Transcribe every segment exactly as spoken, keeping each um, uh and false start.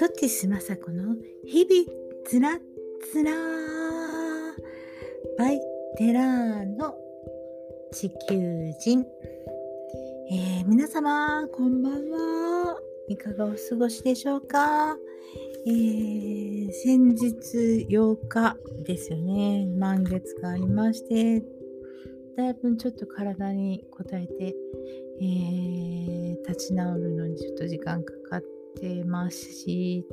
ソティスマサコの日々つらつらバイテラーの地球人、えー、皆様こんばんは。いかがお過ごしでしょうか。えー、先日ようかですよね。満月がありまして、だいぶちょっと体に応えて、えー、立ち直るのにちょっと時間かかってました。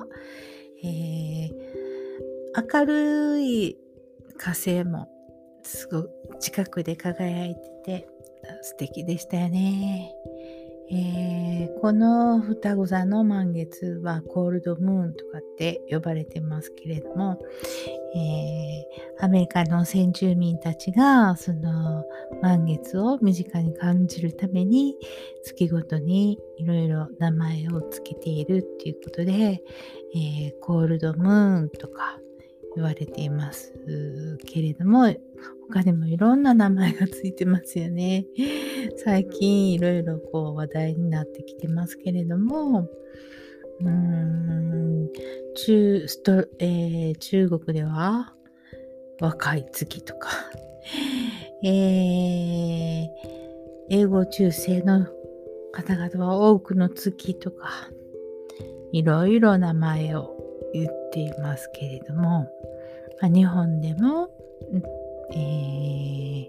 えー、明るい火星もすごく近くで輝いてて素敵でしたよね。えー、この双子座の満月はコールドムーンとかって呼ばれてますけれども、えー、アメリカの先住民たちがその満月を身近に感じるために月ごとにいろいろ名前をつけているっていうことで、えー、コールドムーンとか言われていますけれども、他にもいろんな名前がついてますよね。最近いろいろこう話題になってきてますけれども、うーん 中, スト、えー、中国では若い月とか、えー、英語中世の方々は多くの月とかいろいろ名前を言っていますけれども、まあ、日本でも、えー、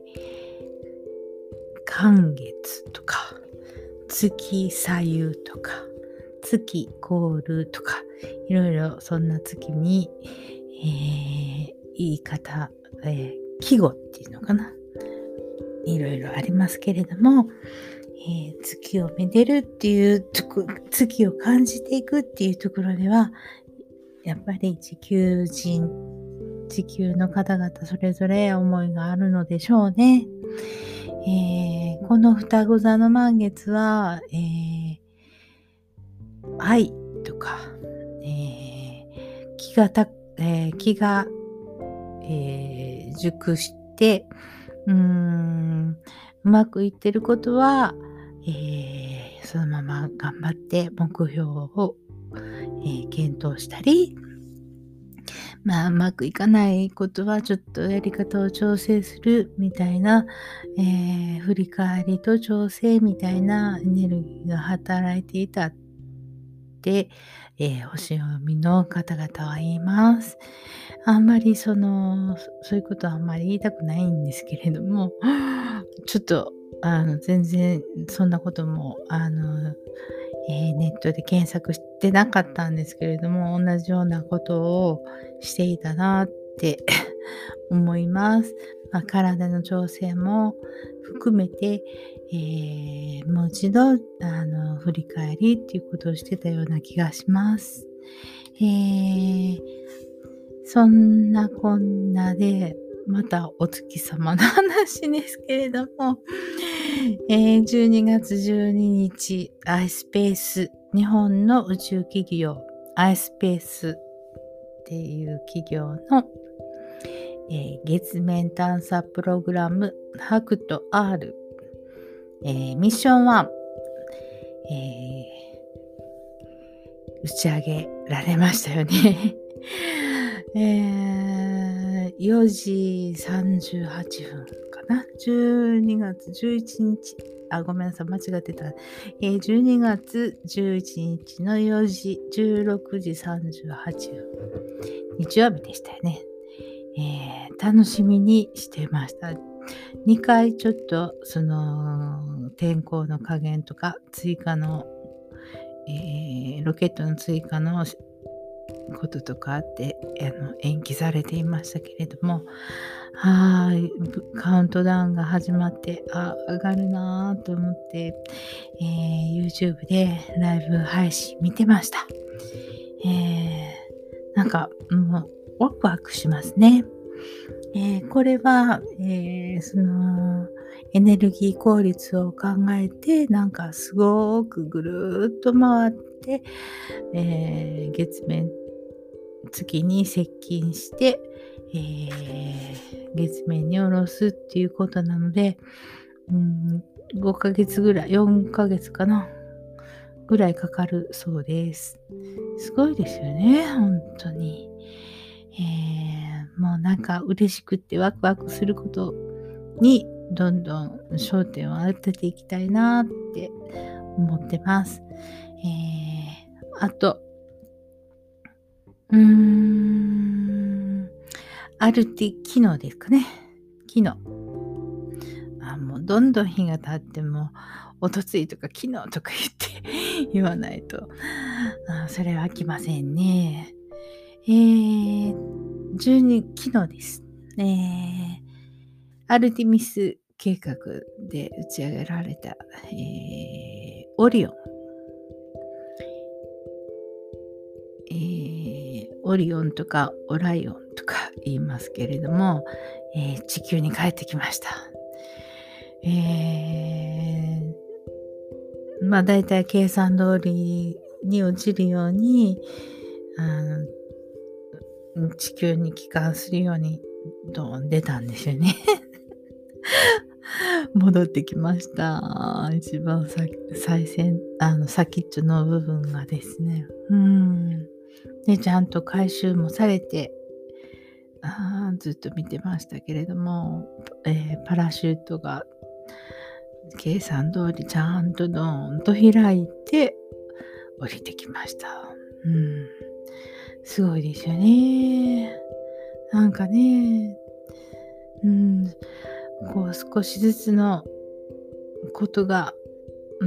寒月とか月左右とか月コールとかいろいろそんな月に、えー、言い方、えー、季語っていうのかないろいろありますけれども、えー、月をめでるっていうとこ月を感じていくっていうところではやっぱり地球人地球の方々それぞれ思いがあるのでしょうね。えー、この双子座の満月は、えー、愛とか、えー、気がた、えー、気が、えー、熟してうーんうまくいってることは、えー、そのまま頑張って目標を、えー、検討したり、まあうまくいかないことはちょっとやり方を調整するみたいな、えー、振り返りと調整みたいなエネルギーが働いていたって、えー、星読みの方々は言います。あんまりそのそういうことはあんまり言いたくないんですけれども、ちょっとあの全然そんなこともあのえー、ネットで検索してなかったんですけれども、同じようなことをしていたなって思います。まあ、体の調整も含めて、えー、もう一度あの振り返りっていうことをしてたような気がします。えー、そんなこんなでまたお月様の話ですけれども、えー、じゅうにがつじゅうににち iSpace 日本の宇宙企業 iSpace っていう企業の、えー、月面探査プログラムハクト R、えー、ミッションワン、えー、打ち上げられましたよね。えー、よじさんじゅうはっぷんかな。じゅうにがつじゅういちにち、あ、ごめんなさい、間違ってた。えー、じゅうにがつじゅういちにちのよじ、じゅうろくじさんじゅうはっぷん。日曜日でしたよね。えー、楽しみにしてました。にかいちょっと、その、天候の加減とか、追加の、えー、ロケットの追加のこととかあってあの延期されていましたけれども、はい、カウントダウンが始まってあ上がるなと思って、えー、YouTube でライブ配信見てました。えー、なんかもうワクワクしますね。えー、これは、えー、そのエネルギー効率を考えてなんかすごくぐるーっと回って、えー、月面月に接近して、えー、月面に下ろすっていうことなので、うん、ごかげつぐらい、よんかげつかなぐらいかかるそうです。すごいですよね、本当に。えー、もうなんか嬉しくってワクワクすることにどんどん焦点を当てていきたいなって思ってます。えー、あと、うーん、アルティ、昨日ですかね。昨日。あ、もうどんどん日が経っても、おとついとか昨日とか言って言わないと、あ、それは来ませんね。えー、じゅうに、昨日です。えー、アルティミス計画で打ち上げられた、えー、オリオン。えー、オリオンとかオライオンとか言いますけれども、えー、地球に帰ってきました。えー、まあだいたい計算通りに落ちるようにあの地球に帰還するようにドン出たんですよね。戻ってきました。一番最先あの先っちょの部分がですね。うん。でちゃんと回収もされて、あずっと見てましたけれども、えー、パラシュートが計算通りちゃんとドーンと開いて降りてきました。うん、すごいですよね。なんかね、うん、こう少しずつのことが、うん、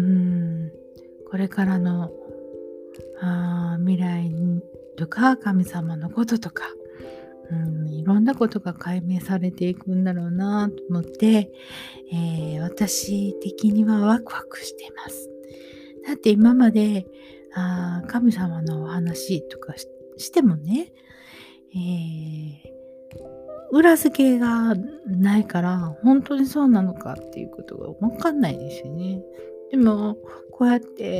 これからのあ未来とか神様のこととか、うん、いろんなことが解明されていくんだろうなと思って、えー、私的にはワクワクしています。だって今まであ神様のお話とか し, してもね、えー、裏付けがないから本当にそうなのかっていうことが分かんないですよね。でもこうやって、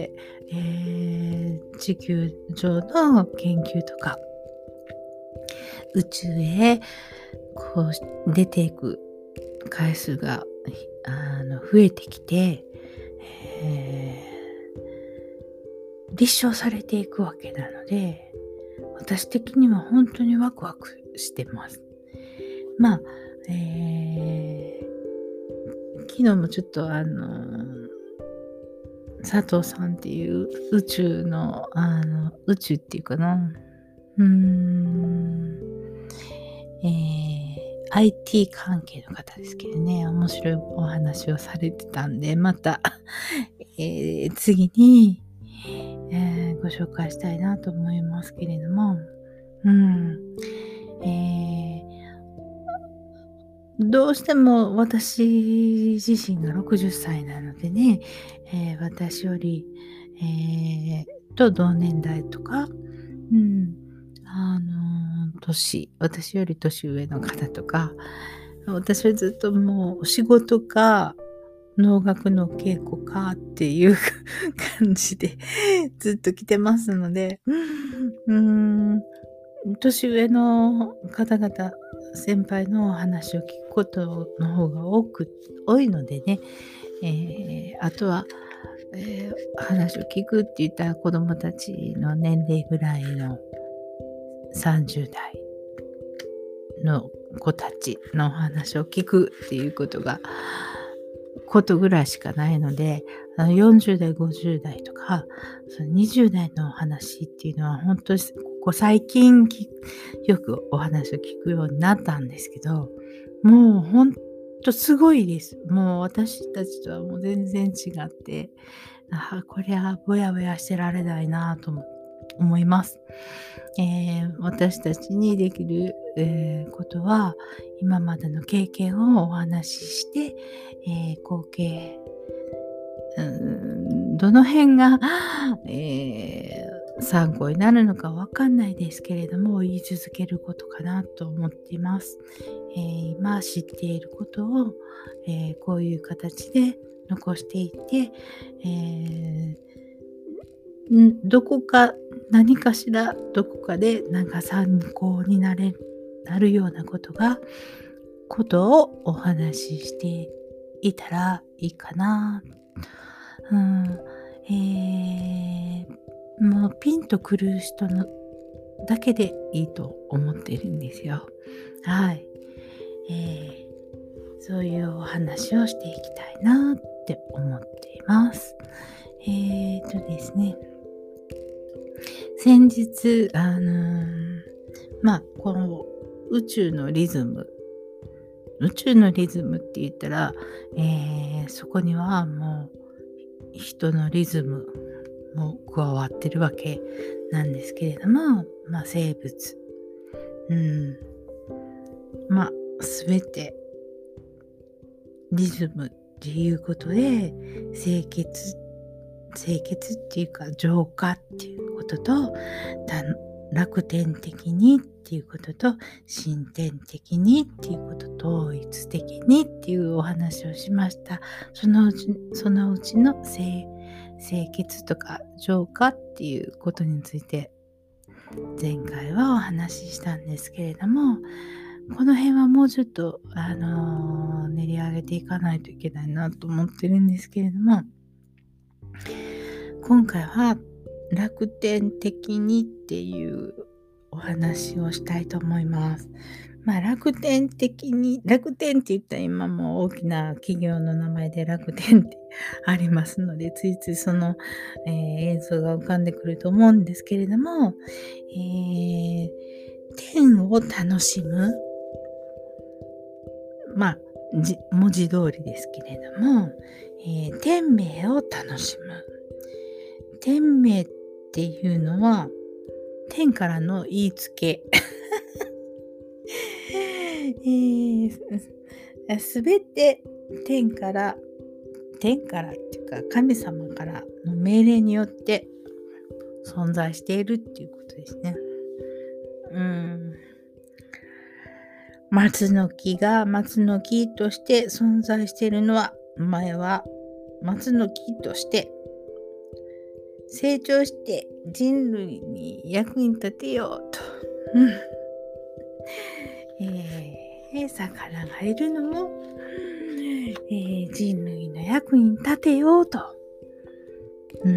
えー、地球上の研究とか宇宙へこう出ていく回数があの増えてきて、えー、立証されていくわけなので、私的には本当にワクワクしてます。まあ、えー、昨日もちょっとあの佐藤さんっていう宇宙のあの宇宙っていうかな、うーん、えー、アイティー 関係の方ですけどね、面白いお話をされてたんで、また、えー、次に、えー、ご紹介したいなと思いますけれども、うん、えー、どうしても私自身がろくじゅっさいなのでね、えー、私より、えー、と同年代とか、うん、あの年、私より年上の方とか、私はずっともうお仕事か能楽の稽古かっていう感じでずっと来てますので、うーん、年上の方々、先輩のお話を聞くことの方が多く多いのでね、えー、あとは、えー、話を聞くって言ったら子供たちの年齢ぐらいのさんじゅう代の子たちのお話を聞くっていうことがことぐらいしかないので、あのよんじゅう代ごじゅう代とかそのにじゅう代のお話っていうのは本当にここ最近よくお話を聞くようになったんですけど、もう本当すごいです。もう私たちとはもう全然違って、あこりゃぼやぼやしてられないなと思います。えー、私たちにできる、えー、ことは今までの経験をお話しして、えー、合計うーんどの辺が、えー、参考になるのかわかんないですけれども、言い続けることかなと思っています。えー、今知っていることを、えー、こういう形で残していって、えー、どこか何かしらどこかでなんか参考になれなるようなことがことをお話ししていたらいいかな。うんえー、もうピンとくる人のだけでいいと思っているんですよ。はい。えーそういうお話をしていきたいなって思っています。えーとですね、先日、あのーまあ、この宇宙のリズム、宇宙のリズムって言ったら、えーそこにはもう人のリズムも加わってるわけなんですけれども、まあ、生物、うん、まあ、すべてリズムっていうことで清潔清潔っていうか浄化っていうことと楽天的にっていうことと神典的にっていうことと統一的にっていうお話をしました。そのうちそのうちの清清潔とか浄化っていうことについて前回はお話ししたんですけれども、この辺はもうちょっと、あのー練り上げていかないといけないなと思ってるんですけれども、今回は楽天的にっていうお話をしたいと思います。まあ楽天的に、楽天って言ったら今もう大きな企業の名前で楽天ってありますので、ついついその、えー映像が浮かんでくると思うんですけれども、えー天を楽しむ、まあじ文字通りですけれども、えー天命を楽しむ。天命っていうのは天からの言いつけ。すべて天から天からっていうか神様からの命令によって存在しているっていうことですね。うん。松の木が松の木として存在しているのは、前は松の木として成長して人類に役に立てようと。うんえー、魚がいるのも、えー、人類の役に立てようと。うん、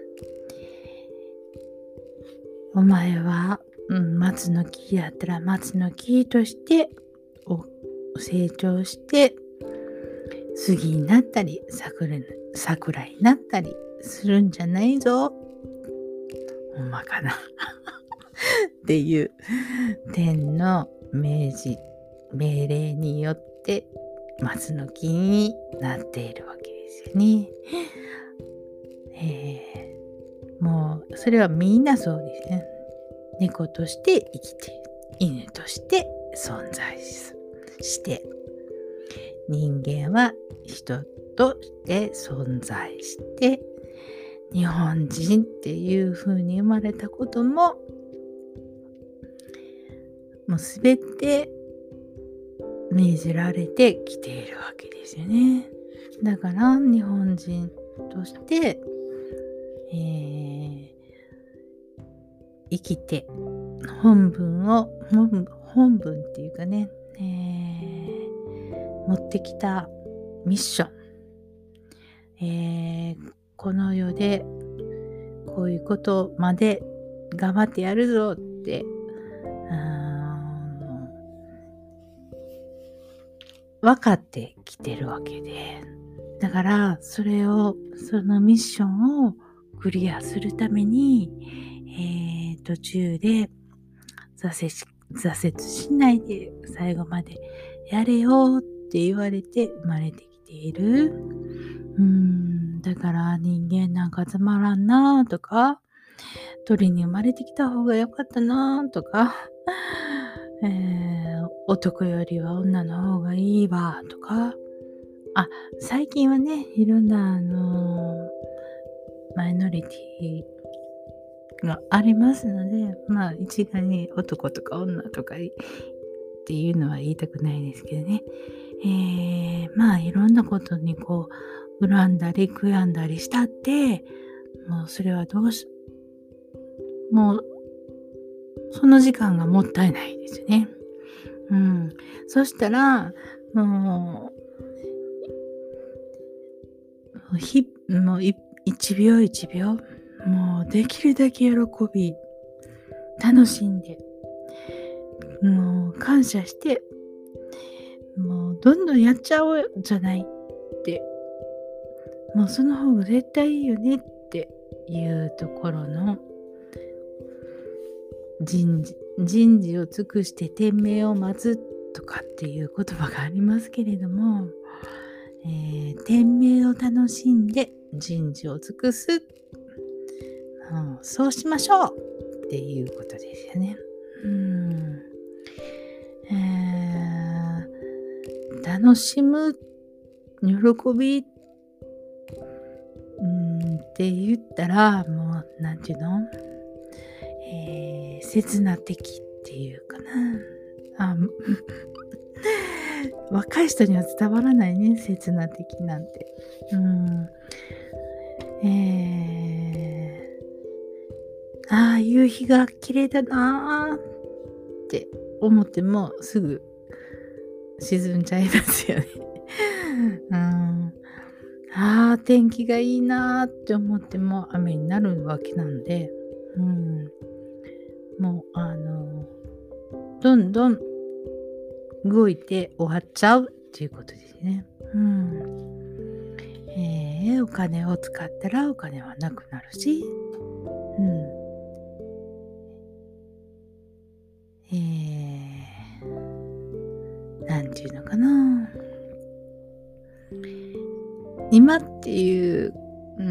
お前は、うん、松の木やったら松の木として成長して杉になったり 桜, 桜になったりするんじゃないぞ。ほんまかなっていう天の命じ命令によって松の木になっているわけですよね。えー、もうそれはみんなそうですね。猫として生きて犬として存在して人間は人として存在して日本人っていう風に生まれたことももうすべて命じられてきているわけですよね。だから日本人として、えー、生きて本文を本本文っていうかね、えー、持ってきたミッション、えー、この世でこういうことまで頑張ってやるぞって分かってきてるわけで、だからそれをそのミッションをクリアするために、えー、途中で挫折挫折しないで最後までやれよって言われて生まれてきている。うーんだから人間なんかつまらんなとか、鳥に生まれてきた方が良かったなとか、えー、男よりは女の方がいいわとか、あ、最近はね、いろんなあのー、マイノリティがありますので、まあ一概に男とか女とかっていうのは言いたくないですけどね。えー、まあいろんなことにこう恨んだり悔やんだりしたって、もうそれはどうしもうその時間がもったいないですよね。うん。そしたら、もう、ひもうい一秒一秒、もうできるだけ喜び、楽しんで、もう感謝して、もうどんどんやっちゃおうじゃないって、もうその方が絶対いいよねっていうところの人事、人事を尽くして天命を待つとかっていう言葉がありますけれども、えー、天命を楽しんで人事を尽くす、うん、そうしましょうっていうことですよね。うん、えー、楽しむ喜び、うん、って言ったらもうなんていうの、えー、刹那的っていうかな。あ若い人には伝わらないね、刹那的なんて。うん、えー、ああ、夕日が綺麗だなーって思ってもすぐ沈んじゃいますよね。うん、ああ、天気がいいなーって思っても雨になるわけなんで、うん、もうあのどんどん動いて終わっちゃうっていうことですね。うん。えー、お金を使ったらお金はなくなるし、うん。えー、なんていうのかな。今っていう、うん、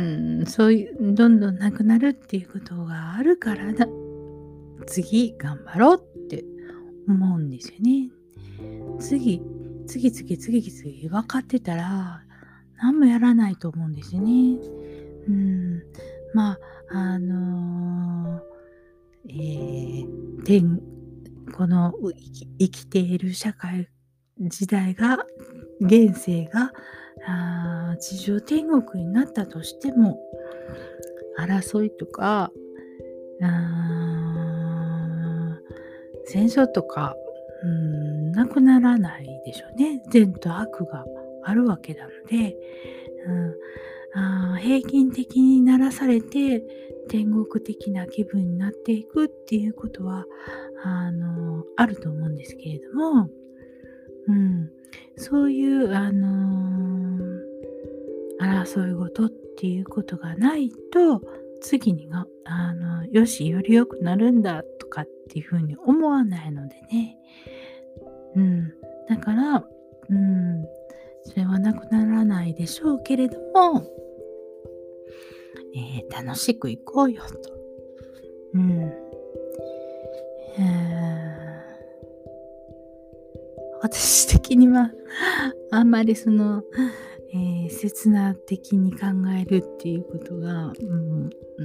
そういう、どんどんなくなるっていうことがあるからだ。次頑張ろうって思うんですよね。次、次々次々分かってたら、何もやらないと思うんですよね。うん、まあ、あのー、えー、天、この生き、生きている社会、時代が、現世が、あ地上天国になったとしても、争いとか、あ戦争とか、うん、なくならないでしょうね。善と悪があるわけなので、うん、あ平均的にならされて天国的な気分になっていくっていうことはあのあると思うんですけれども、うん、そういうあの争い事っていうことがないと次にがあのよしより良くなるんだとかっていうふうに思わないのでね、うん、だから、うん、それはなくならないでしょうけれども、えー、楽しく行こうよと。うん。えー、私的にはあんまりその、えー、刹那的に考えるっていうことが、うんうん、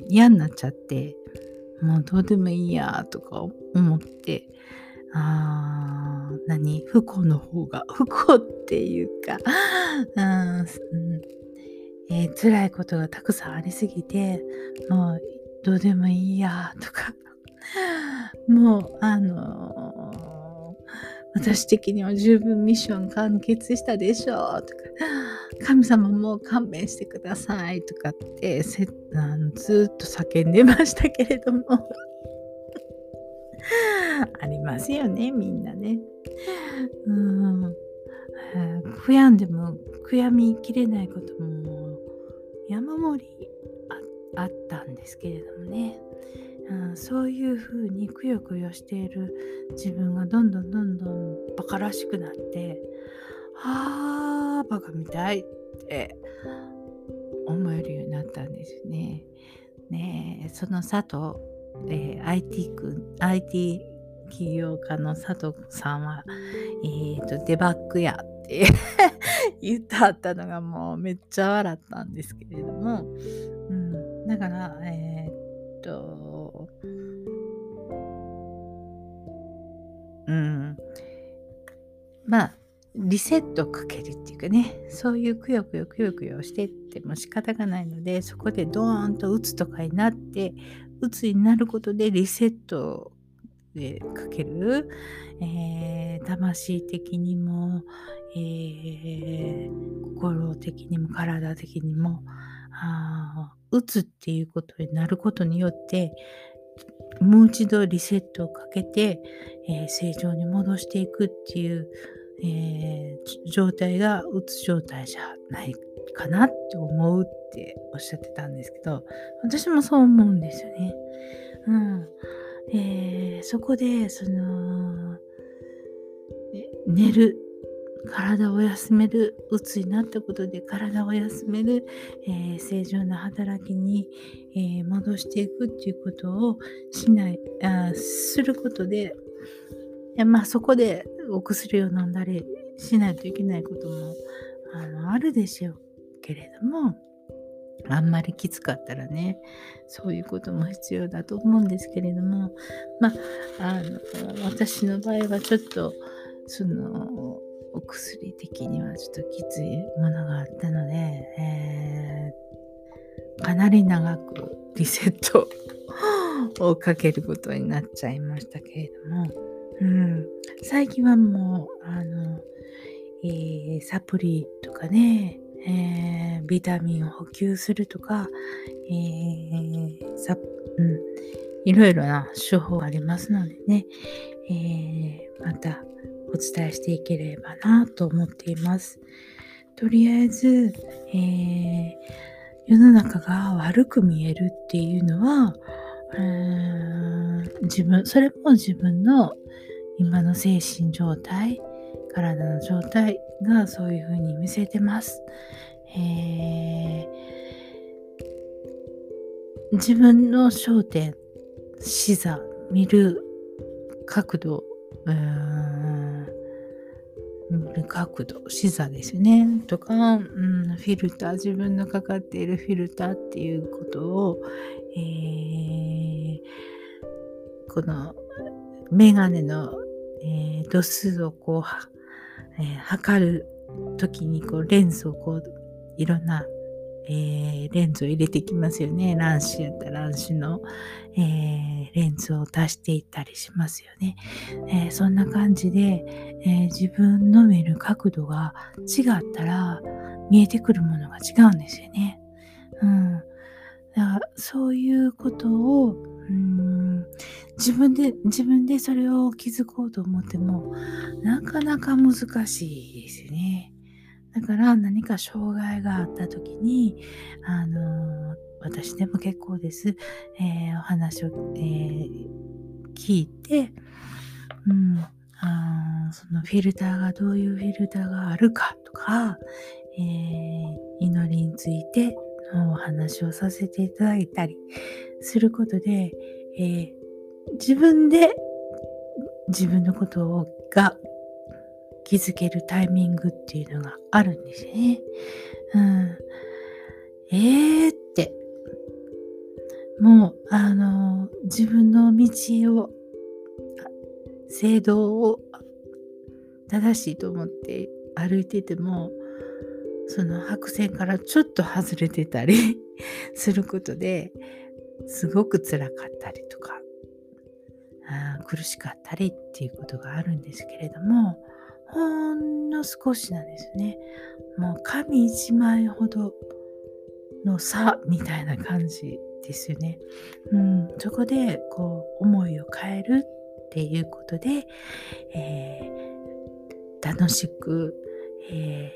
嫌になっちゃって、もうどうでもいいやとか思って、あー何不幸の方が不幸っていうか、あー、うんえー、辛いことがたくさんありすぎて、もうどうでもいいやとか、もうあのー私的には十分ミッション完結したでしょうとか、神様もう勘弁してくださいとかってせあのずっと叫んでましたけれどもありますよね、みんなね。うん、えー悔やんでも悔やみきれないことも山盛り あ, あったんですけれどもね、うん、そういうふうにくよくよしている自分がどんどんどんどんバカらしくなって、あーバカみたいって思えるようになったんですよね。ねえ、その佐藤、えー、アイティー 君 アイティー 起業家の佐藤さんは、えー、とデバッグやって言ってはったのがもうめっちゃ笑ったんですけれども、うん、だからえー、っとうんまあリセットかけるっていうかね、そういうくよくよくよくよしてっても仕方がないので、そこでドーンと鬱とかになって鬱になることでリセットでかける、えー、魂的にも、えー、心的にも体的にもあ打つっていうことになることによって、もう一度リセットをかけて、えー正常に戻していくっていう、えーじ状態がうつ状態じゃないかなって思うっておっしゃってたんですけど、私もそう思うんですよね。うん。えーそこで、その、え寝る、体を休める、うつになったことで体を休める、えー正常な働きに、えー戻していくっていうことをしない、あーすることで、いやまあそこでお薬を飲んだりしないといけないこともあのあるでしょうけれども、あんまりきつかったらね、そういうことも必要だと思うんですけれども、まあ、あの、私の場合はちょっと、その、お薬的にはちょっときついものがあったので、えーかなり長くリセットをかけることになっちゃいましたけれども、うん、最近はもう、あの、えーサプリとかね、えービタミンを補給するとか、えーさうん、いろいろな手法がありますのでね、えーまたお伝えしていければなと思っています。とりあえず、えー世の中が悪く見えるっていうのは、えー自分、それも自分の今の精神状態、体の状態がそういう風に見せてます。えー自分の焦点、視座、見る角度、うーん見る角度、視座ですよね。とか、うん、フィルター、自分のかかっているフィルターっていうことを、えーこのメガネの、えー度数をこう、はえー測るときにこうレンズをこういろんな、えーレンズを入れてきますよね。乱視やったら乱視の、えーレンズを足していったりしますよね。えーそんな感じで、えー自分の見る角度が違ったら見えてくるものが違うんですよね。うん。だからそういうことを、うーん、自分で、自分でそれを気づこうと思っても、なかなか難しいですよね。だから何か障害があった時に、あの、私でも結構です。えーお話を、えー聞いて、うん、あーそのフィルターがどういうフィルターがあるかとか、えー祈りについてのお話をさせていただいたりすることで、えー自分で自分のことをが気づけるタイミングっていうのがあるんですよね。うん、えーって、もう、あの、自分の道を、正道を正しいと思って歩いてても、その白線からちょっと外れてたりすることで、すごく辛かったりとか、あー苦しかったりっていうことがあるんですけれども、ほんの少しなんですね。もう紙一枚ほどの差みたいな感じですよね。うん、そこでこう思いを変えるっていうことで、えー楽しく、え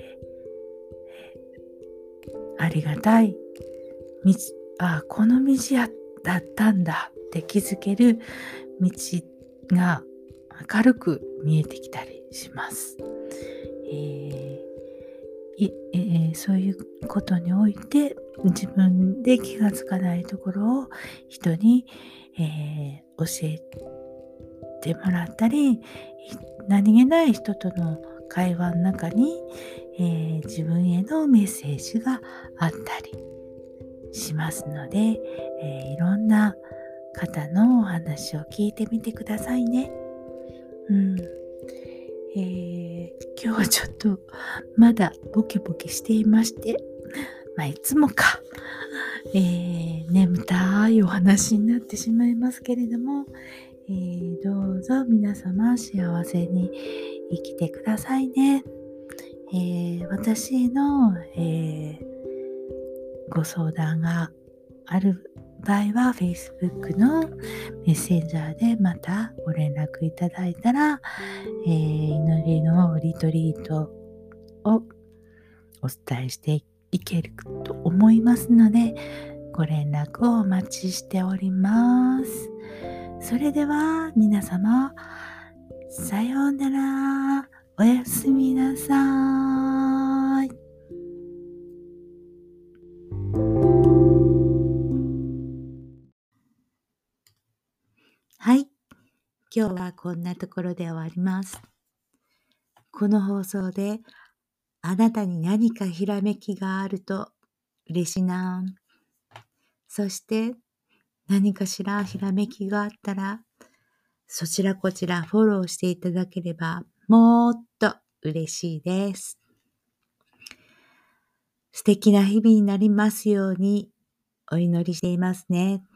ーありがたい道、あ、この道やだったんだって気づける道が明るく見えてきたりします。えーいえーそういうことにおいて自分で気がつかないところを人に、えー教えてもらったり、何気ない人との会話の中に、えー自分へのメッセージがあったりしますので、えーいろんな方のお話を聞いてみてくださいね。うんえー今日はちょっとまだボケボケしていまして、まあいつもか、えー眠たいお話になってしまいますけれども、えーどうぞ皆様幸せに生きてくださいね。えー私の、えーご相談がある場合は Facebook のメッセンジャーでまたご連絡いただいたら、えー、祈りのリトリートをお伝えしていけると思いますので、ご連絡をお待ちしております。それでは皆様、さようなら。おやすみなさい。はい。今日はこんなところで終わります。この放送であなたに何かひらめきがあると嬉しいな。そして何かしらひらめきがあったら、そちらこちらフォローしていただければもっと嬉しいです。素敵な日々になりますようにお祈りしていますね。